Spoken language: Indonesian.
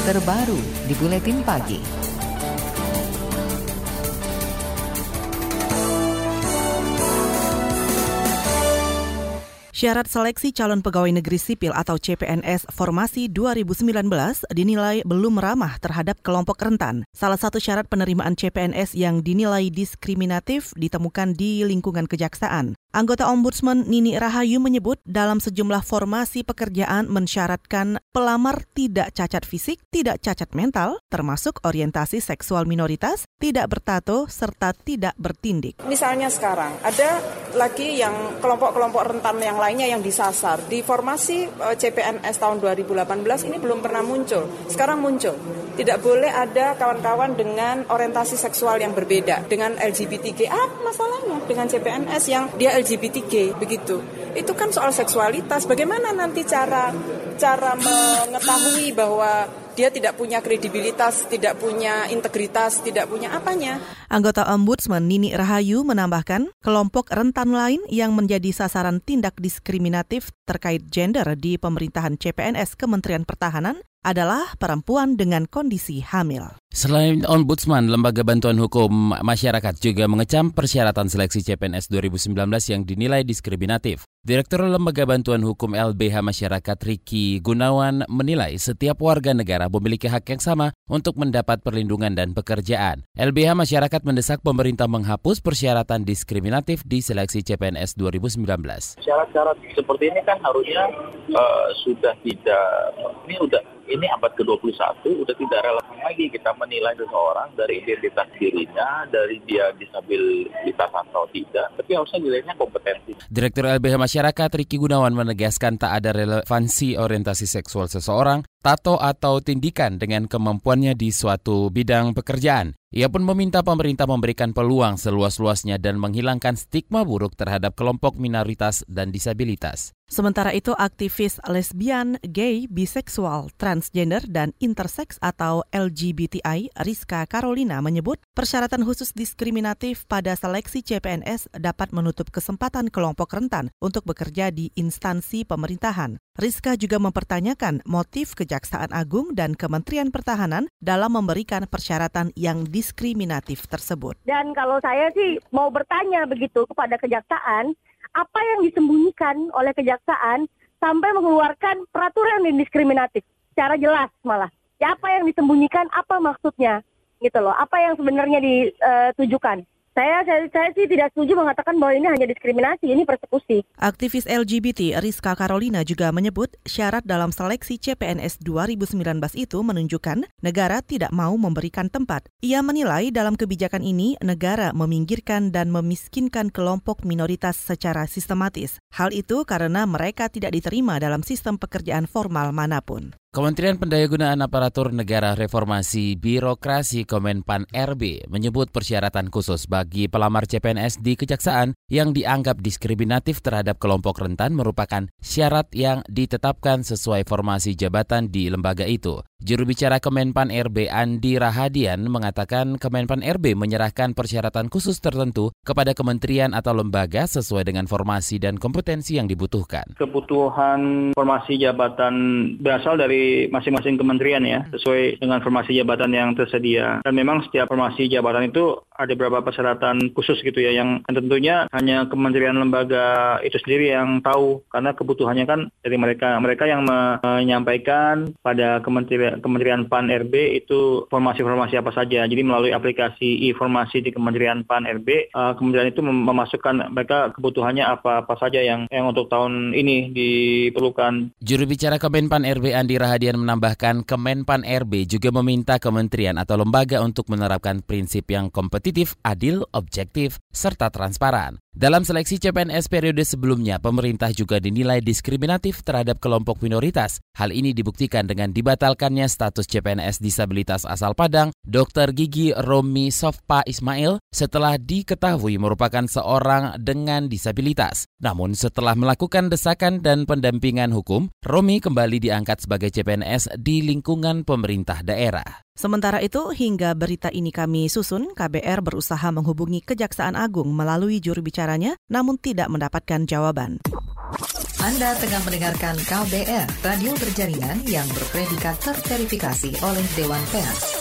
terbaru di Buletin Pagi. Syarat seleksi calon pegawai negeri sipil atau CPNS Formasi 2019 dinilai belum ramah terhadap kelompok rentan. Salah satu syarat penerimaan CPNS yang dinilai diskriminatif ditemukan di lingkungan kejaksaan. Anggota Ombudsman Nini Rahayu menyebut dalam sejumlah formasi pekerjaan mensyaratkan pelamar tidak cacat fisik, tidak cacat mental, termasuk orientasi seksual minoritas, tidak bertato, serta tidak bertindik. Misalnya sekarang ada lagi yang kelompok-kelompok rentan yang lainnya yang disasar. Di formasi CPNS tahun 2018 ini belum pernah muncul, sekarang muncul. Tidak boleh ada kawan-kawan dengan orientasi seksual yang berbeda, dengan LGBTQ. Apa masalahnya dengan CPNS yang dia LGBTQ begitu? Itu kan soal seksualitas. Bagaimana nanti cara mengetahui bahwa dia tidak punya kredibilitas, tidak punya integritas, tidak punya apanya? Anggota Ombudsman Nini Rahayu menambahkan, kelompok rentan lain yang menjadi sasaran tindak diskriminatif terkait gender di pemerintahan CPNS Kementerian Pertahanan adalah perempuan dengan kondisi hamil. Selain Ombudsman, Lembaga Bantuan Hukum Masyarakat juga mengecam persyaratan seleksi CPNS 2019 yang dinilai diskriminatif. Direktur Lembaga Bantuan Hukum LBH Masyarakat Ricky Gunawan menilai setiap warga negara memiliki hak yang sama untuk mendapat perlindungan dan pekerjaan. LBH Masyarakat mendesak pemerintah menghapus persyaratan diskriminatif di seleksi CPNS 2019. Syarat-syarat seperti ini kan harusnya sudah tidak, ini abad ke-21 udah tidak relevan lagi kita menilai seseorang dari identitas dirinya, dari dia disabilitas atau tidak, tapi harusnya nilainya kompetensi. Direktur LBH Masyarakat Ricky Gunawan menegaskan tak ada relevansi orientasi seksual seseorang, tato atau tindikan dengan kemampuannya di suatu bidang pekerjaan. Ia pun meminta pemerintah memberikan peluang seluas-luasnya dan menghilangkan stigma buruk terhadap kelompok minoritas dan disabilitas. Sementara itu, aktivis lesbian, gay, biseksual, transgender, dan intersex atau LGBTI Rizka Carolina menyebut persyaratan khusus diskriminatif pada seleksi CPNS dapat menutup kesempatan kelompok rentan untuk bekerja di instansi pemerintahan. Rizka juga mempertanyakan motif Kejaksaan Agung dan Kementerian Pertahanan dalam memberikan persyaratan yang diskriminatif tersebut. Dan kalau saya sih mau bertanya begitu kepada Kejaksaan, apa yang disembunyikan oleh Kejaksaan sampai mengeluarkan peraturan yang diskriminatif secara jelas malah. Ya, apa yang disembunyikan, apa maksudnya gitu loh, apa yang sebenarnya ditujukan. Saya sih tidak setuju mengatakan bahwa ini hanya diskriminasi, ini persekusi. Aktivis LGBT Rizka Carolina juga menyebut syarat dalam seleksi CPNS 2019 itu menunjukkan negara tidak mau memberikan tempat. Ia menilai dalam kebijakan ini negara meminggirkan dan memiskinkan kelompok minoritas secara sistematis. Hal itu karena mereka tidak diterima dalam sistem pekerjaan formal manapun. Kementerian Pendayagunaan Aparatur Negara Reformasi Birokrasi Kemenpan RB menyebut persyaratan khusus bagi pelamar CPNS di Kejaksaan yang dianggap diskriminatif terhadap kelompok rentan merupakan syarat yang ditetapkan sesuai formasi jabatan di lembaga itu. Juru bicara Kemenpan RB Andi Rahadian mengatakan Kemenpan RB menyerahkan persyaratan khusus tertentu kepada kementerian atau lembaga sesuai dengan formasi dan kompetensi yang dibutuhkan. Kebutuhan formasi jabatan berasal dari masing-masing kementerian ya, sesuai dengan formasi jabatan yang tersedia. Dan memang setiap formasi jabatan itu ada beberapa persyaratan khusus gitu ya, yang tentunya hanya kementerian lembaga itu sendiri yang tahu, karena kebutuhannya kan dari mereka yang menyampaikan pada Kementerian PAN RB itu formasi-formasi apa saja. Jadi melalui aplikasi e-formasi di Kementerian PAN RB, kementerian itu memasukkan mereka kebutuhannya apa saja yang untuk tahun ini diperlukan. Juru bicara Kemenpan RB Andi Rahadian menambahkan Kemenpan RB juga meminta kementerian atau lembaga untuk menerapkan prinsip yang kompetitif, adil, objektif, serta transparan. Dalam seleksi CPNS periode sebelumnya, pemerintah juga dinilai diskriminatif terhadap kelompok minoritas. Hal ini dibuktikan dengan dibatalkannya status CPNS disabilitas asal Padang, Dr. Gigi Romi Sofpa Ismail, setelah diketahui merupakan seorang dengan disabilitas. Namun setelah melakukan desakan dan pendampingan hukum, Romi kembali diangkat sebagai CPNS di lingkungan pemerintah daerah. Sementara itu, hingga berita ini kami susun, KBR berusaha menghubungi Kejaksaan Agung melalui juru bicaranya, namun tidak mendapatkan jawaban. Anda tengah mendengarkan KBR, radio berjaringan yang berpredikat terverifikasi oleh Dewan Pers.